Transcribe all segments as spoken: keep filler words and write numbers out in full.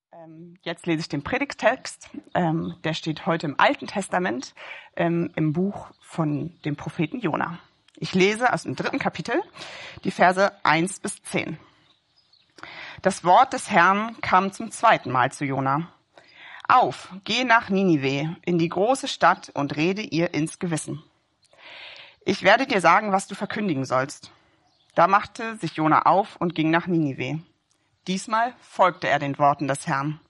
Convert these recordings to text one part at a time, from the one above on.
Ähm, jetzt lese ich den Predigttext. Ähm, der steht heute im Alten Testament, ähm, im Buch von dem Propheten Jona. Ich lese aus dem dritten Kapitel die Verse eins bis zehn. Das Wort des Herrn kam zum zweiten Mal zu Jona. Auf, geh nach Ninive, in die große Stadt und rede ihr ins Gewissen. Ich werde dir sagen, was du verkündigen sollst. Da machte sich Jona auf und ging nach Ninive. Diesmal folgte er den Worten des Herrn.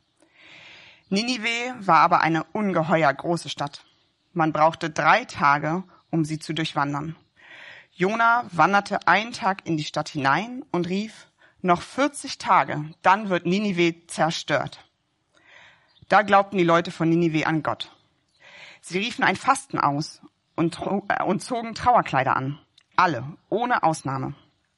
Ninive war aber eine ungeheuer große Stadt. Man brauchte drei Tage, um sie zu durchwandern. Jona wanderte einen Tag in die Stadt hinein und rief, noch vierzig Tage, dann wird Ninive zerstört. Da glaubten die Leute von Ninive an Gott. Sie riefen ein Fasten aus und, und zogen Trauerkleider an. Alle, ohne Ausnahme.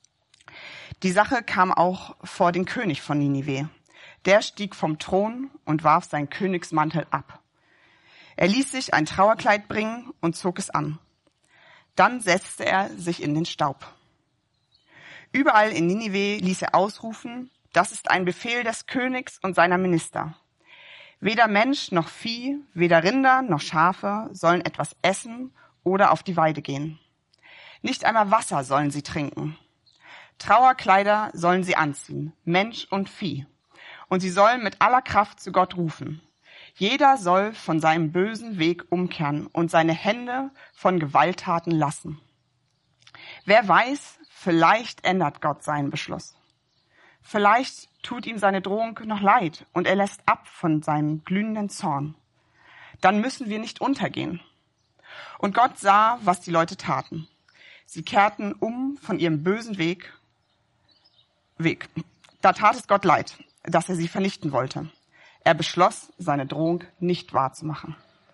Die Sache kam auch vor den König von Ninive. Der stieg vom Thron und warf seinen Königsmantel ab. Er ließ sich ein Trauerkleid bringen und zog es an. Dann setzte er sich in den Staub. Überall in Ninive ließ er ausrufen, das ist ein Befehl des Königs und seiner Minister. Weder Mensch noch Vieh, weder Rinder noch Schafe sollen etwas essen oder auf die Weide gehen. Nicht einmal Wasser sollen sie trinken. Trauerkleider sollen sie anziehen, Mensch und Vieh. Und sie sollen mit aller Kraft zu Gott rufen. Jeder soll von seinem bösen Weg umkehren und seine Hände von Gewalttaten lassen. Wer weiß, vielleicht ändert Gott seinen Beschluss. Vielleicht tut ihm seine Drohung noch leid und er lässt ab von seinem glühenden Zorn. Dann müssen wir nicht untergehen. Und Gott sah, was die Leute taten. Sie kehrten um von ihrem bösen Weg. Weg. Da tat es Gott leid, dass er sie vernichten wollte. Er beschloss, seine Drohung nicht wahrzumachen.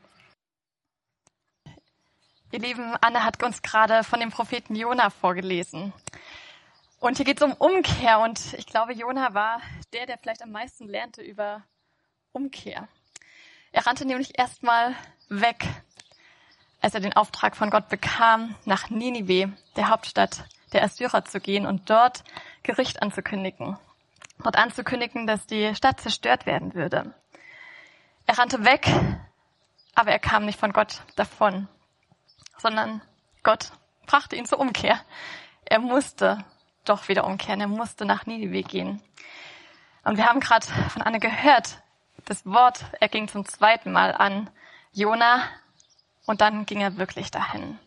Ihr Lieben, Anne hat uns gerade von dem Propheten Jona vorgelesen. Und hier geht es um Umkehr. Und ich glaube, Jona war der, der vielleicht am meisten lernte über Umkehr. Er rannte nämlich erstmal weg, als er den Auftrag von Gott bekam, nach Ninive, der Hauptstadt der Assyrer, zu gehen und dort Gericht anzukündigen. Dort anzukündigen, dass die Stadt zerstört werden würde. Er rannte weg, aber er kam nicht von Gott davon, sondern Gott brachte ihn zur Umkehr. Er musste doch wieder umkehren, er musste nach Ninive gehen. Und wir haben gerade von Anne gehört, das Wort, er ging zum zweiten Mal an Jona und dann ging er wirklich dahin.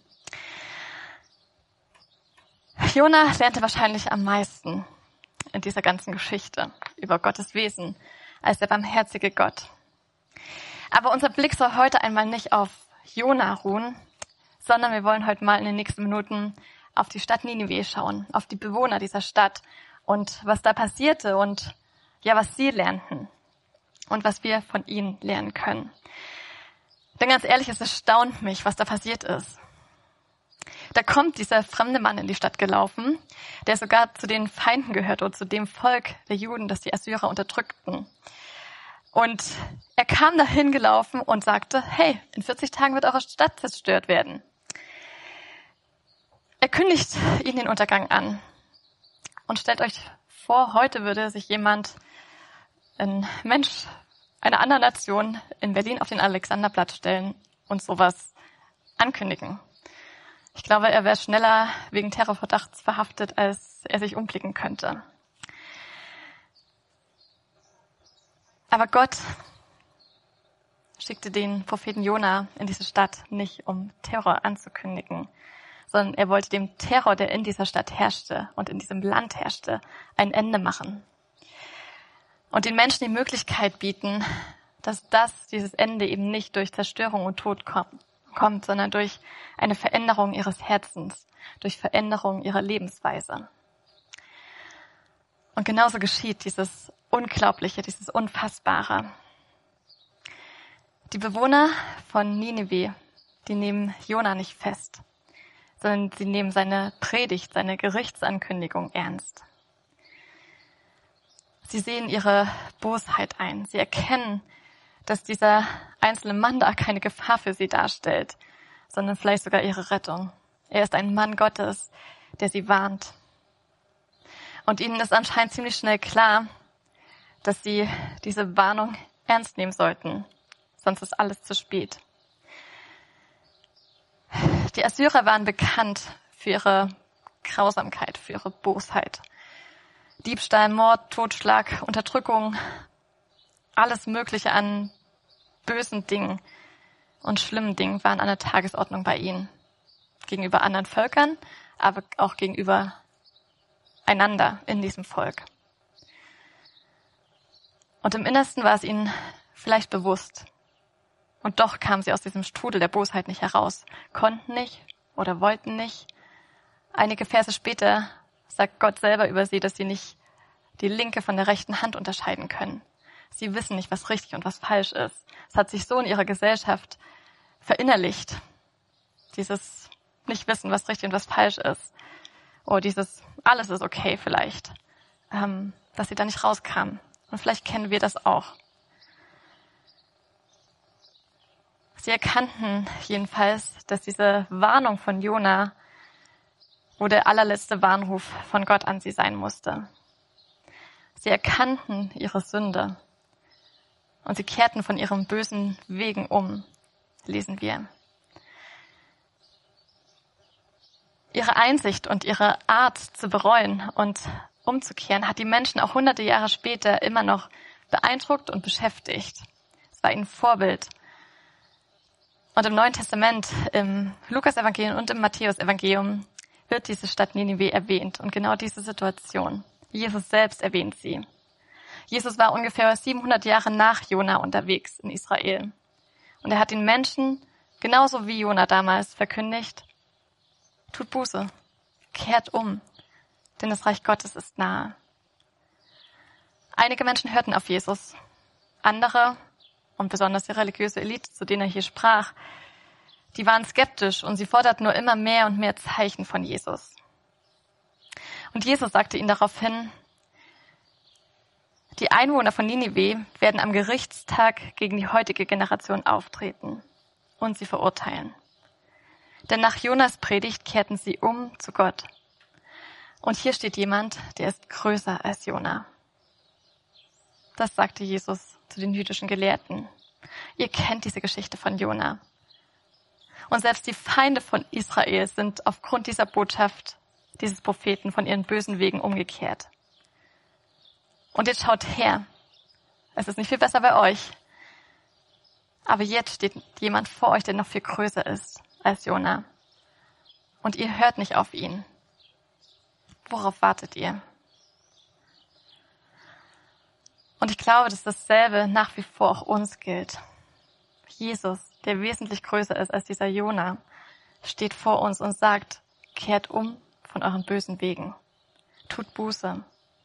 Jona lernte wahrscheinlich am meisten in dieser ganzen Geschichte über Gottes Wesen als der barmherzige Gott. Aber unser Blick soll heute einmal nicht auf Jona ruhen, sondern wir wollen heute mal in den nächsten Minuten auf die Stadt Ninive schauen, auf die Bewohner dieser Stadt und was da passierte und ja, was sie lernten und was wir von ihnen lernen können. Denn ganz ehrlich, es erstaunt mich, was da passiert ist. Da kommt dieser fremde Mann in die Stadt gelaufen, der sogar zu den Feinden gehört oder zu dem Volk der Juden, das die Assyrer unterdrückten. Und er kam dahin gelaufen und sagte, hey, in vierzig Tagen wird eure Stadt zerstört werden. Er kündigt ihnen den Untergang an. Und stellt euch vor, heute würde sich jemand, ein Mensch einer anderen Nation in Berlin auf den Alexanderplatz stellen und sowas ankündigen. Ich glaube, er wäre schneller wegen Terrorverdachts verhaftet, als er sich umblicken könnte. Aber Gott schickte den Propheten Jona in diese Stadt nicht, um Terror anzukündigen, sondern er wollte dem Terror, der in dieser Stadt herrschte und in diesem Land herrschte, ein Ende machen. Und den Menschen die Möglichkeit bieten, dass das, dieses Ende eben nicht durch Zerstörung und Tod kommt, kommt, sondern durch eine Veränderung ihres Herzens, durch Veränderung ihrer Lebensweise. Und genauso geschieht dieses Unglaubliche, dieses Unfassbare. Die Bewohner von Ninive, die nehmen Jona nicht fest, sondern sie nehmen seine Predigt, seine Gerichtsankündigung ernst. Sie sehen ihre Bosheit ein. Sie erkennen, dass dieser einzelne Mann da keine Gefahr für sie darstellt, sondern vielleicht sogar ihre Rettung. Er ist ein Mann Gottes, der sie warnt. Und ihnen ist anscheinend ziemlich schnell klar, dass sie diese Warnung ernst nehmen sollten, sonst ist alles zu spät. Die Assyrer waren bekannt für ihre Grausamkeit, für ihre Bosheit. Diebstahl, Mord, Totschlag, Unterdrückung, alles Mögliche an bösen Dingen und schlimmen Dingen waren an der Tagesordnung bei ihnen. Gegenüber anderen Völkern, aber auch gegenüber einander in diesem Volk. Und im Innersten war es ihnen vielleicht bewusst. Und doch kamen sie aus diesem Strudel der Bosheit nicht heraus, konnten nicht oder wollten nicht. Einige Verse später sagt Gott selber über sie, dass sie nicht die linke von der rechten Hand unterscheiden können. Sie wissen nicht, was richtig und was falsch ist. Es hat sich so in ihrer Gesellschaft verinnerlicht. Dieses Nicht-Wissen, was richtig und was falsch ist. Oder dieses alles ist okay vielleicht. Ähm, dass sie da nicht rauskamen. Und vielleicht kennen wir das auch. Sie erkannten jedenfalls, dass diese Warnung von Jona wohl der allerletzte Warnruf von Gott an sie sein musste. Sie erkannten ihre Sünde und sie kehrten von ihren bösen Wegen um, lesen wir. Ihre Einsicht und ihre Art zu bereuen und umzukehren hat die Menschen auch hunderte Jahre später immer noch beeindruckt und beschäftigt. Es war ihnen Vorbild. Und im Neuen Testament, im Lukas-Evangelium und im Matthäus-Evangelium wird diese Stadt Ninive erwähnt und genau diese Situation. Jesus selbst erwähnt sie. Jesus war ungefähr siebenhundert Jahre nach Jona unterwegs in Israel. Und er hat den Menschen, genauso wie Jona damals, verkündigt, tut Buße, kehrt um, denn das Reich Gottes ist nahe. Einige Menschen hörten auf Jesus, andere, und besonders die religiöse Elite, zu denen er hier sprach, die waren skeptisch und sie forderten nur immer mehr und mehr Zeichen von Jesus. Und Jesus sagte ihnen daraufhin, die Einwohner von Ninive werden am Gerichtstag gegen die heutige Generation auftreten und sie verurteilen. Denn nach Jonas Predigt kehrten sie um zu Gott. Und hier steht jemand, der ist größer als Jona. Das sagte Jesus zu den jüdischen Gelehrten. Ihr kennt diese Geschichte von Jona. Und selbst die Feinde von Israel sind aufgrund dieser Botschaft dieses Propheten von ihren bösen Wegen umgekehrt. Und jetzt schaut her. Es ist nicht viel besser bei euch. Aber jetzt steht jemand vor euch, der noch viel größer ist als Jona. Und ihr hört nicht auf ihn. Worauf wartet ihr? Und ich glaube, dass dasselbe nach wie vor auch uns gilt. Jesus, der wesentlich größer ist als dieser Jona, steht vor uns und sagt, kehrt um von euren bösen Wegen. Tut Buße.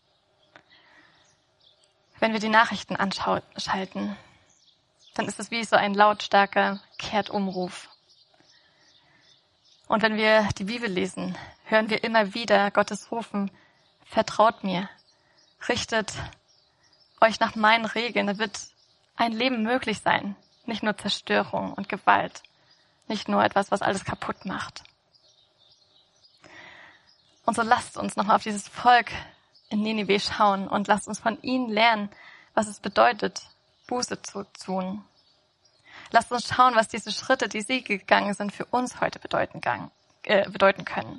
Wenn wir die Nachrichten anschalten, dann ist es wie so ein lautstarker Kehrt-Umruf. Und wenn wir die Bibel lesen, hören wir immer wieder Gottes rufen, vertraut mir, richtet euch nach meinen Regeln, da wird ein Leben möglich sein, nicht nur Zerstörung und Gewalt, nicht nur etwas, was alles kaputt macht. Und so lasst uns nochmal auf dieses Volk in Ninive schauen und lasst uns von ihnen lernen, was es bedeutet, Buße zu tun. Lasst uns schauen, was diese Schritte, die sie gegangen sind, für uns heute bedeuten, äh, bedeuten können.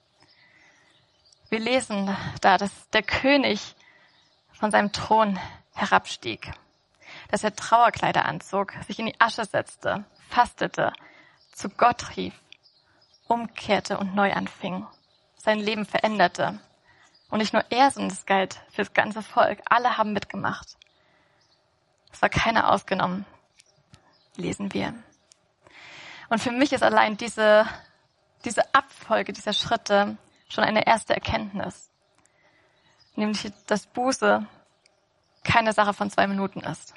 Wir lesen da, dass der König von seinem Thron herabstieg, dass er Trauerkleider anzog, sich in die Asche setzte, fastete, zu Gott rief, umkehrte und neu anfing, sein Leben veränderte. Und nicht nur er, sondern es galt für das ganze Volk. Alle haben mitgemacht. Es war keiner ausgenommen, lesen wir. Und für mich ist allein diese, diese Abfolge dieser Schritte schon eine erste Erkenntnis. Nämlich, dass Buße keine Sache von zwei Minuten ist.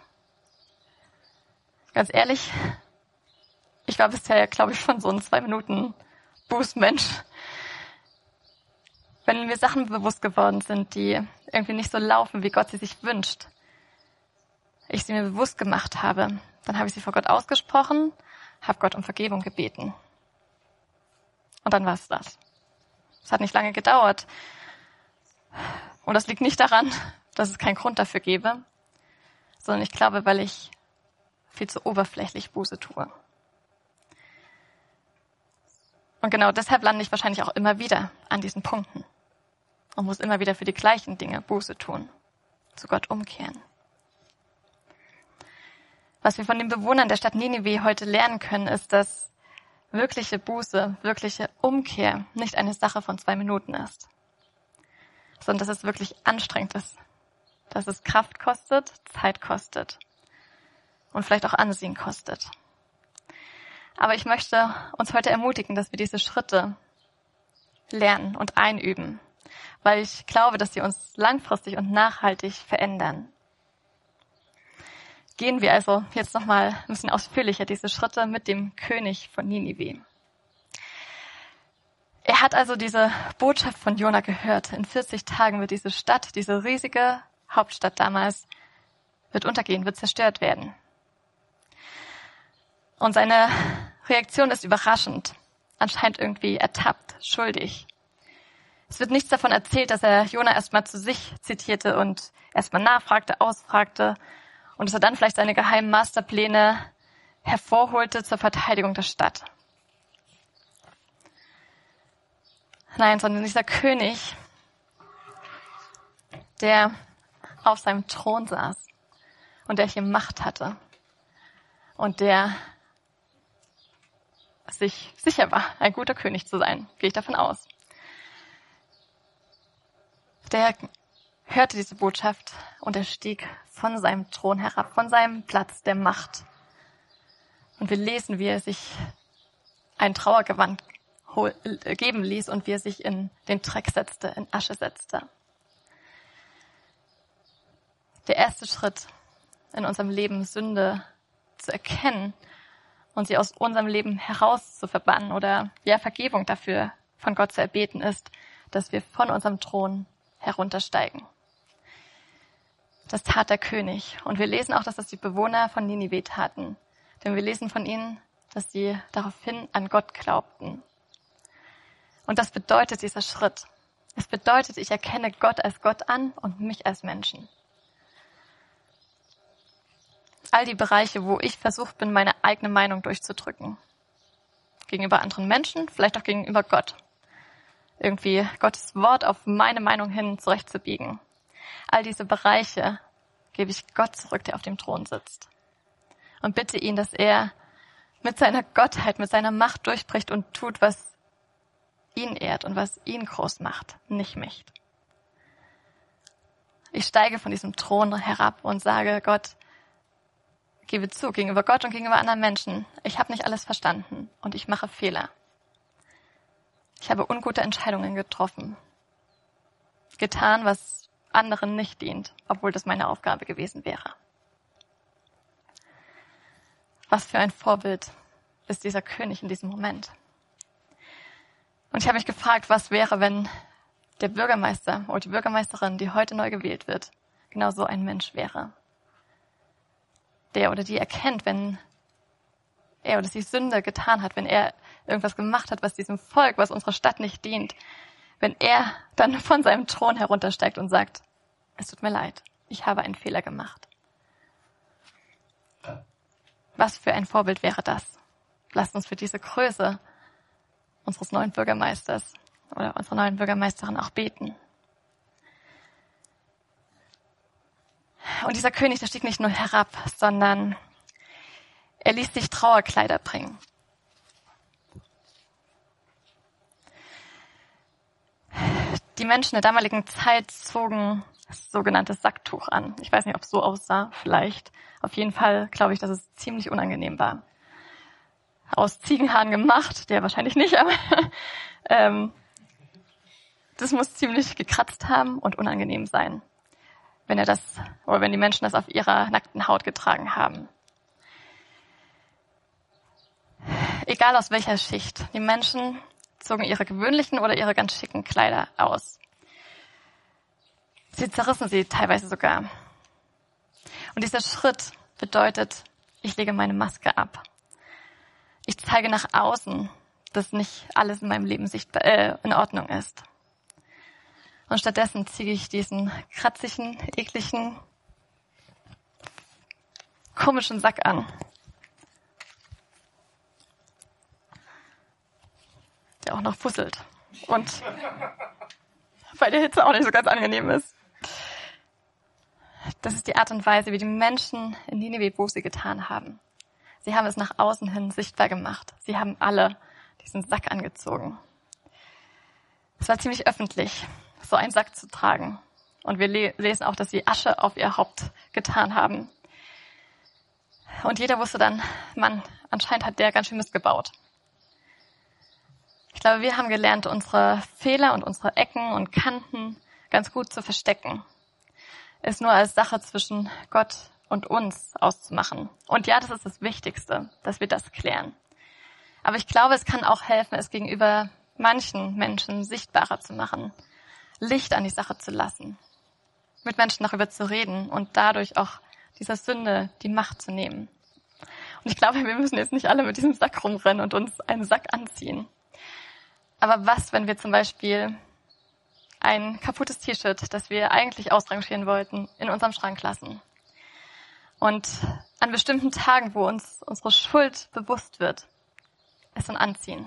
Ganz ehrlich, ich war bisher, glaube ich, schon so ein zwei Minuten Bußmensch. Wenn mir Sachen bewusst geworden sind, die irgendwie nicht so laufen, wie Gott sie sich wünscht, ich sie mir bewusst gemacht habe, dann habe ich sie vor Gott ausgesprochen, habe Gott um Vergebung gebeten. Und dann war es das. Es hat nicht lange gedauert. Und das liegt nicht daran, dass es keinen Grund dafür gäbe, sondern ich glaube, weil ich viel zu oberflächlich Buße tue. Und genau deshalb lande ich wahrscheinlich auch immer wieder an diesen Punkten und muss immer wieder für die gleichen Dinge Buße tun, zu Gott umkehren. Was wir von den Bewohnern der Stadt Ninive heute lernen können, ist, dass wirkliche Buße, wirkliche Umkehr nicht eine Sache von zwei Minuten ist, sondern dass es wirklich anstrengend ist, dass es Kraft kostet, Zeit kostet und vielleicht auch Ansehen kostet. Aber ich möchte uns heute ermutigen, dass wir diese Schritte lernen und einüben, weil ich glaube, dass sie uns langfristig und nachhaltig verändern. Gehen wir also jetzt nochmal ein bisschen ausführlicher diese Schritte mit dem König von Ninive. Er hat also diese Botschaft von Jona gehört. In vierzig Tagen wird diese Stadt, diese riesige Hauptstadt damals, wird untergehen, wird zerstört werden. Und seine Reaktion ist überraschend, anscheinend irgendwie ertappt, schuldig. Es wird nichts davon erzählt, dass er Jona erstmal zu sich zitierte und erstmal nachfragte, ausfragte und dass er dann vielleicht seine geheimen Masterpläne hervorholte zur Verteidigung der Stadt. Nein, sondern dieser König, der auf seinem Thron saß und der hier Macht hatte und der sich sicher war, ein guter König zu sein, gehe ich davon aus. Der hörte diese Botschaft und er stieg von seinem Thron herab, von seinem Platz der Macht. Und wir lesen, wie er sich ein Trauergewand hol- äh, geben ließ und wie er sich in den Dreck setzte, in Asche setzte. Der erste Schritt in unserem Leben, Sünde zu erkennen und sie aus unserem Leben heraus zu verbannen oder ja Vergebung dafür von Gott zu erbeten, ist, dass wir von unserem Thron heruntersteigen. Das tat der König. Und wir lesen auch, dass das die Bewohner von Ninive taten. Denn wir lesen von ihnen, dass sie daraufhin an Gott glaubten. Und das bedeutet dieser Schritt. Es bedeutet, ich erkenne Gott als Gott an und mich als Menschen. All die Bereiche, wo ich versucht bin, meine eigene Meinung durchzudrücken. Gegenüber anderen Menschen, vielleicht auch gegenüber Gott. Irgendwie Gottes Wort auf meine Meinung hin zurechtzubiegen. All diese Bereiche gebe ich Gott zurück, der auf dem Thron sitzt. Und bitte ihn, dass er mit seiner Gottheit, mit seiner Macht durchbricht und tut, was ihn ehrt und was ihn groß macht, nicht mich. Ich steige von diesem Thron herab und sage, Gott, gebe zu, gegenüber Gott und gegenüber anderen Menschen. Ich habe nicht alles verstanden und ich mache Fehler. Ich habe ungute Entscheidungen getroffen. Getan, was anderen nicht dient, obwohl das meine Aufgabe gewesen wäre. Was für ein Vorbild ist dieser König in diesem Moment. Und ich habe mich gefragt, was wäre, wenn der Bürgermeister oder die Bürgermeisterin, die heute neu gewählt wird, genau so ein Mensch wäre. Der oder die erkennt, wenn er oder sie Sünde getan hat, wenn er irgendwas gemacht hat, was diesem Volk, was unserer Stadt nicht dient, wenn er dann von seinem Thron heruntersteigt und sagt, es tut mir leid, ich habe einen Fehler gemacht. Was für ein Vorbild wäre das? Lasst uns für diese Größe unseres neuen Bürgermeisters oder unserer neuen Bürgermeisterin auch beten. Und dieser König, der stieg nicht nur herab, sondern er ließ sich Trauerkleider bringen. Die Menschen der damaligen Zeit zogen das sogenannte Sacktuch an. Ich weiß nicht, ob es so aussah, vielleicht. Auf jeden Fall glaube ich, dass es ziemlich unangenehm war. Aus Ziegenhaaren gemacht, der wahrscheinlich nicht, aber ähm, das muss ziemlich gekratzt haben und unangenehm sein, wenn er das oder wenn die Menschen das auf ihrer nackten Haut getragen haben. Egal aus welcher Schicht, die Menschen zogen ihre gewöhnlichen oder ihre ganz schicken Kleider aus. Sie zerrissen sie teilweise sogar. Und dieser Schritt bedeutet, ich lege meine Maske ab. Ich zeige nach außen, dass nicht alles in meinem Leben sichtbar, äh, in Ordnung ist. Und stattdessen ziehe ich diesen kratzigen, ekligen, komischen Sack an. Der auch noch fusselt. Und bei der Hitze auch nicht so ganz angenehm ist. Das ist die Art und Weise, wie die Menschen in Nineveh Buße getan haben. Sie haben es nach außen hin sichtbar gemacht. Sie haben alle diesen Sack angezogen. Es war ziemlich öffentlich, so einen Sack zu tragen. Und wir le- lesen auch, dass sie Asche auf ihr Haupt getan haben. Und jeder wusste dann, Mann, anscheinend hat der ganz schön Mist gebaut. Ich glaube, wir haben gelernt, unsere Fehler und unsere Ecken und Kanten ganz gut zu verstecken. Es nur als Sache zwischen Gott und uns auszumachen. Und ja, das ist das Wichtigste, dass wir das klären. Aber ich glaube, es kann auch helfen, es gegenüber manchen Menschen sichtbarer zu machen, Licht an die Sache zu lassen, mit Menschen darüber zu reden und dadurch auch dieser Sünde die Macht zu nehmen. Und ich glaube, wir müssen jetzt nicht alle mit diesem Sack rumrennen und uns einen Sack anziehen. Aber was, wenn wir zum Beispiel ein kaputtes T-Shirt, das wir eigentlich ausrangieren wollten, in unserem Schrank lassen? Und an bestimmten Tagen, wo uns unsere Schuld bewusst wird, es dann anziehen.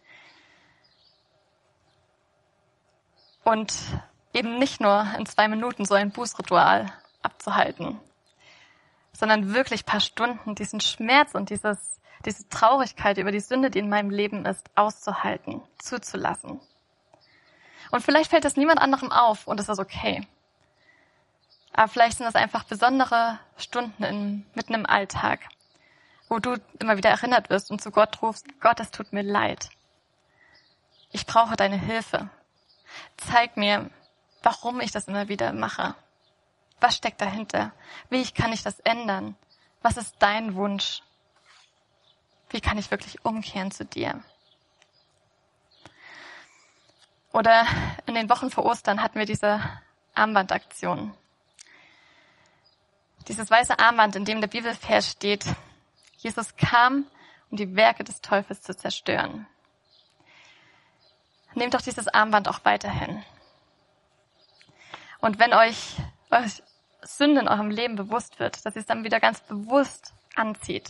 Und eben nicht nur in zwei Minuten so ein Bußritual abzuhalten, sondern wirklich ein paar Stunden diesen Schmerz und dieses, diese Traurigkeit über die Sünde, die in meinem Leben ist, auszuhalten, zuzulassen. Und vielleicht fällt das niemand anderem auf und das ist okay. Aber vielleicht sind das einfach besondere Stunden in, mitten im Alltag, wo du immer wieder erinnert wirst und zu Gott rufst, Gott, es tut mir leid. Ich brauche deine Hilfe. Zeig mir, warum ich das immer wieder mache. Was steckt dahinter? Wie kann ich das ändern? Was ist dein Wunsch? Wie kann ich wirklich umkehren zu dir? Oder in den Wochen vor Ostern hatten wir diese Armbandaktion. Dieses weiße Armband, in dem der Bibelvers steht, Jesus kam, um die Werke des Teufels zu zerstören. Nehmt doch dieses Armband auch weiterhin. Und wenn euch eure Sünde in eurem Leben bewusst wird, dass ihr es dann wieder ganz bewusst anzieht.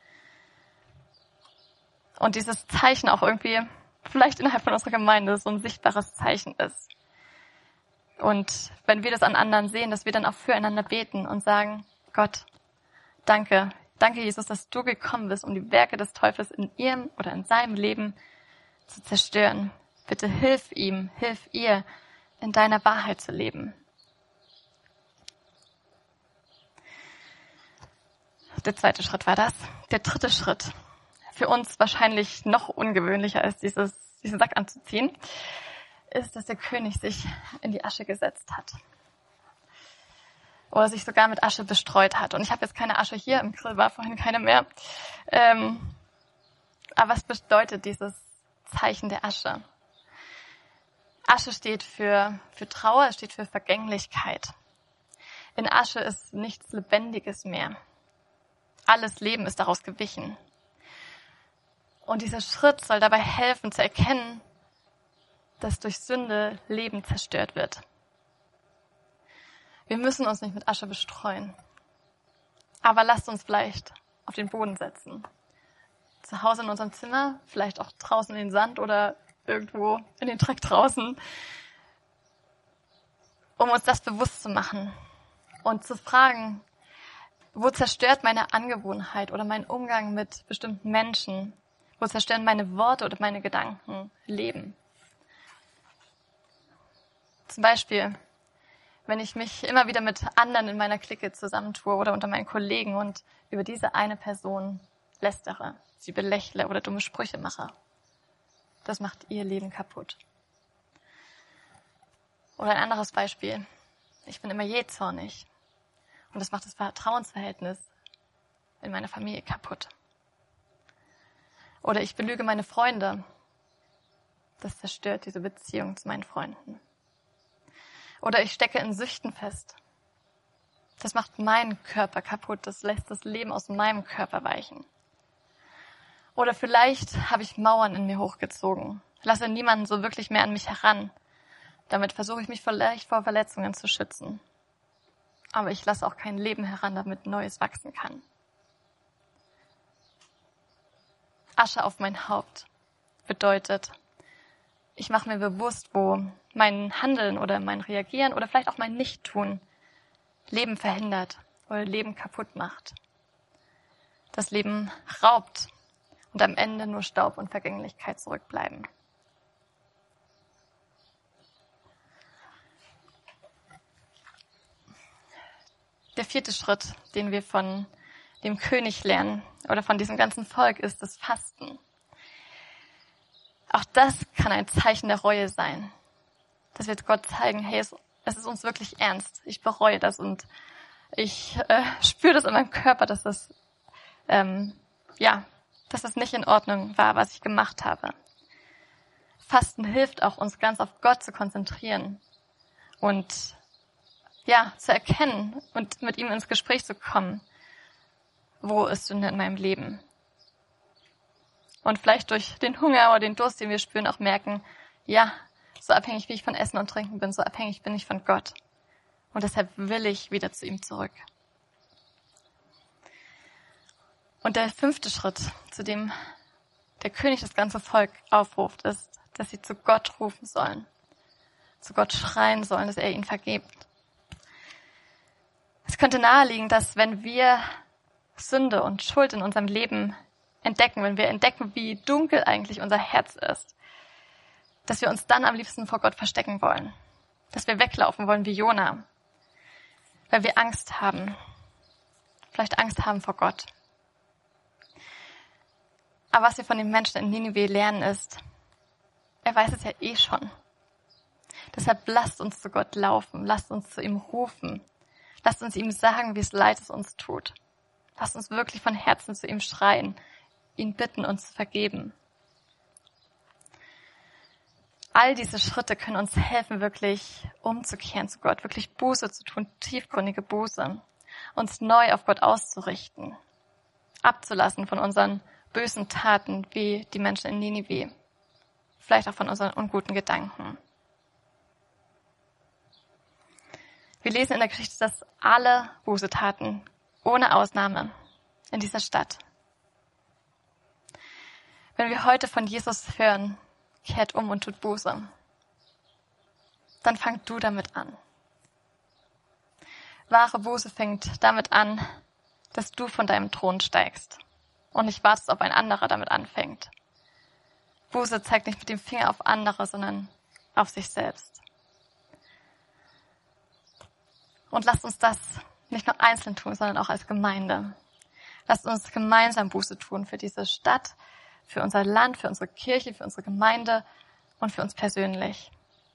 Und dieses Zeichen auch irgendwie vielleicht innerhalb von unserer Gemeinde so ein sichtbares Zeichen ist. Und wenn wir das an anderen sehen, dass wir dann auch füreinander beten und sagen, Gott, danke, danke Jesus, dass du gekommen bist, um die Werke des Teufels in ihrem oder in seinem Leben zu zerstören. Bitte hilf ihm, hilf ihr, in deiner Wahrheit zu leben. Der zweite Schritt war das. Der dritte Schritt, für uns wahrscheinlich noch ungewöhnlicher als dieses, diesen Sack anzuziehen, ist, dass der König sich in die Asche gesetzt hat. Oder sich sogar mit Asche bestreut hat. Und ich habe jetzt keine Asche hier, im Grill war vorhin keine mehr. Ähm, aber was bedeutet dieses Zeichen der Asche? Asche steht für, für Trauer, es steht für Vergänglichkeit. In Asche ist nichts Lebendiges mehr. Alles Leben ist daraus gewichen. Und dieser Schritt soll dabei helfen, zu erkennen, dass durch Sünde Leben zerstört wird. Wir müssen uns nicht mit Asche bestreuen. Aber lasst uns vielleicht auf den Boden setzen. Zu Hause in unserem Zimmer, vielleicht auch draußen in den Sand oder irgendwo in den Dreck draußen, um uns das bewusst zu machen und zu fragen, wo zerstört meine Angewohnheit oder mein Umgang mit bestimmten Menschen? Wo zerstören meine Worte oder meine Gedanken Leben? Zum Beispiel, wenn ich mich immer wieder mit anderen in meiner Clique zusammentue oder unter meinen Kollegen und über diese eine Person lästere, sie belächle oder dumme Sprüche mache. Das macht ihr Leben kaputt. Oder ein anderes Beispiel. Ich bin immer jähzornig. Und das macht das Vertrauensverhältnis in meiner Familie kaputt. Oder ich belüge meine Freunde. Das zerstört diese Beziehung zu meinen Freunden. Oder ich stecke in Süchten fest. Das macht meinen Körper kaputt. Das lässt das Leben aus meinem Körper weichen. Oder vielleicht habe ich Mauern in mir hochgezogen. Lasse niemanden so wirklich mehr an mich heran. Damit versuche ich mich vielleicht vor Verletzungen zu schützen. Aber ich lasse auch kein Leben heran, damit Neues wachsen kann. Asche auf mein Haupt bedeutet, ich mache mir bewusst, wo mein Handeln oder mein Reagieren oder vielleicht auch mein Nichttun Leben verhindert oder Leben kaputt macht. Das Leben raubt und am Ende nur Staub und Vergänglichkeit zurückbleiben. Der vierte Schritt, den wir von dem König lernen oder von diesem ganzen Volk, ist das Fasten. Auch das kann ein Zeichen der Reue sein. Das wird Gott zeigen, hey, es, es ist uns wirklich ernst. Ich bereue das und ich äh, spüre das in meinem Körper, dass das, ähm, ja, dass das nicht in Ordnung war, was ich gemacht habe. Fasten hilft auch, uns ganz auf Gott zu konzentrieren und ja, zu erkennen und mit ihm ins Gespräch zu kommen. Wo ist Sünde in meinem Leben? Und vielleicht durch den Hunger oder den Durst, den wir spüren, auch merken, ja, so abhängig wie ich von Essen und Trinken bin, so abhängig bin ich von Gott. Und deshalb will ich wieder zu ihm zurück. Und der fünfte Schritt, zu dem der König das ganze Volk aufruft, ist, dass sie zu Gott rufen sollen, zu Gott schreien sollen, dass er ihnen vergibt. Es könnte naheliegen, dass wenn wir Sünde und Schuld in unserem Leben entdecken, wenn wir entdecken, wie dunkel eigentlich unser Herz ist, dass wir uns dann am liebsten vor Gott verstecken wollen, dass wir weglaufen wollen wie Jona, weil wir Angst haben, vielleicht Angst haben vor Gott. Aber was wir von den Menschen in Ninive lernen ist, er weiß es ja eh schon. Deshalb lasst uns zu Gott laufen, lasst uns zu ihm rufen. Lasst uns ihm sagen, wie es leid es uns tut. Lasst uns wirklich von Herzen zu ihm schreien, ihn bitten, uns zu vergeben. All diese Schritte können uns helfen, wirklich umzukehren zu Gott, wirklich Buße zu tun, tiefgründige Buße, uns neu auf Gott auszurichten, abzulassen von unseren bösen Taten wie die Menschen in Ninive, vielleicht auch von unseren unguten Gedanken. Wir lesen in der Geschichte, dass alle Buße taten, ohne Ausnahme, in dieser Stadt. Wenn wir heute von Jesus hören, kehrt um und tut Buße, dann fang du damit an. Wahre Buße fängt damit an, dass du von deinem Thron steigst und nicht wartest, ob ein anderer damit anfängt. Buße zeigt nicht mit dem Finger auf andere, sondern auf sich selbst. Und lasst uns das nicht nur einzeln tun, sondern auch als Gemeinde. Lasst uns gemeinsam Buße tun für diese Stadt, für unser Land, für unsere Kirche, für unsere Gemeinde und für uns persönlich.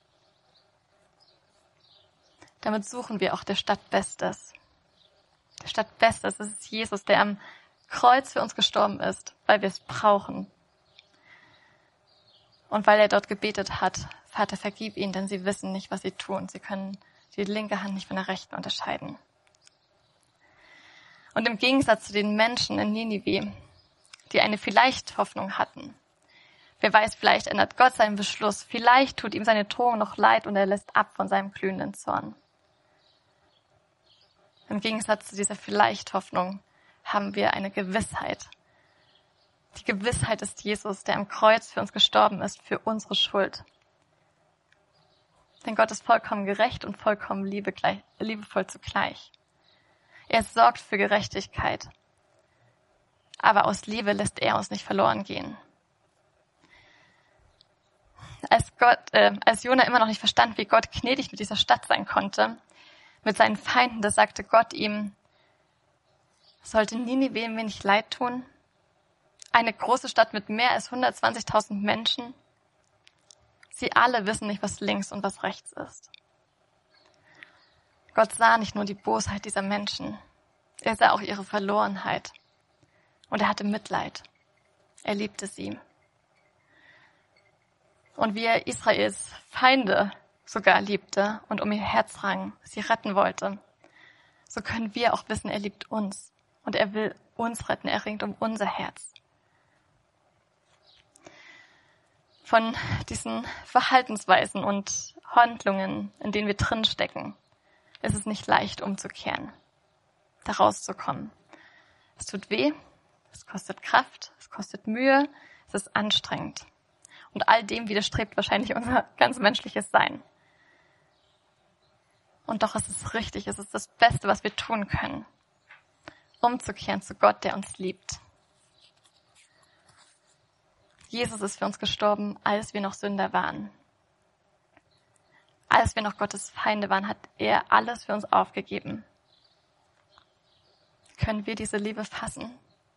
Damit suchen wir auch der Stadt Bestes. Der Stadt Bestes, das ist Jesus, der am Kreuz für uns gestorben ist, weil wir es brauchen. Und weil er dort gebetet hat, Vater, vergib ihnen, denn sie wissen nicht, was sie tun. Sie können die linke Hand nicht von der rechten unterscheiden. Und im Gegensatz zu den Menschen in Ninive, die eine Vielleicht-Hoffnung hatten, wer weiß, vielleicht ändert Gott seinen Beschluss, vielleicht tut ihm seine Drohung noch leid und er lässt ab von seinem glühenden Zorn. Im Gegensatz zu dieser Vielleicht-Hoffnung haben wir eine Gewissheit. Die Gewissheit ist Jesus, der am Kreuz für uns gestorben ist, für unsere Schuld. Denn Gott ist vollkommen gerecht und vollkommen liebe, gleich, liebevoll zugleich. Er sorgt für Gerechtigkeit. Aber aus Liebe lässt er uns nicht verloren gehen. Als Gott, äh, als Jona immer noch nicht verstand, wie Gott gnädig mit dieser Stadt sein konnte, mit seinen Feinden, da sagte Gott ihm, sollte Ninive mir nicht leid tun? Eine große Stadt mit mehr als hundertzwanzigtausend Menschen? Sie alle wissen nicht, was links und was rechts ist. Gott sah nicht nur die Bosheit dieser Menschen, er sah auch ihre Verlorenheit. Und er hatte Mitleid. Er liebte sie. Und wie er Israels Feinde sogar liebte und um ihr Herz rang, sie retten wollte, so können wir auch wissen, er liebt uns. Und er will uns retten, er ringt um unser Herz. Von diesen Verhaltensweisen und Handlungen, in denen wir drinstecken, ist es nicht leicht umzukehren, da rauszukommen. Es tut weh, es kostet Kraft, es kostet Mühe, es ist anstrengend. Und all dem widerstrebt wahrscheinlich unser ganz menschliches Sein. Und doch ist es richtig, es ist das Beste, was wir tun können, umzukehren zu Gott, der uns liebt. Jesus ist für uns gestorben, als wir noch Sünder waren. Als wir noch Gottes Feinde waren, hat er alles für uns aufgegeben. Können wir diese Liebe fassen?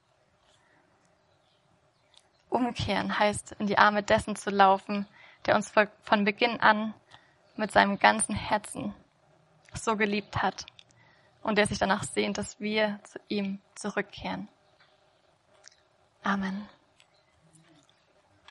Umkehren heißt, in die Arme dessen zu laufen, der uns von Beginn an mit seinem ganzen Herzen so geliebt hat und der sich danach sehnt, dass wir zu ihm zurückkehren. Amen.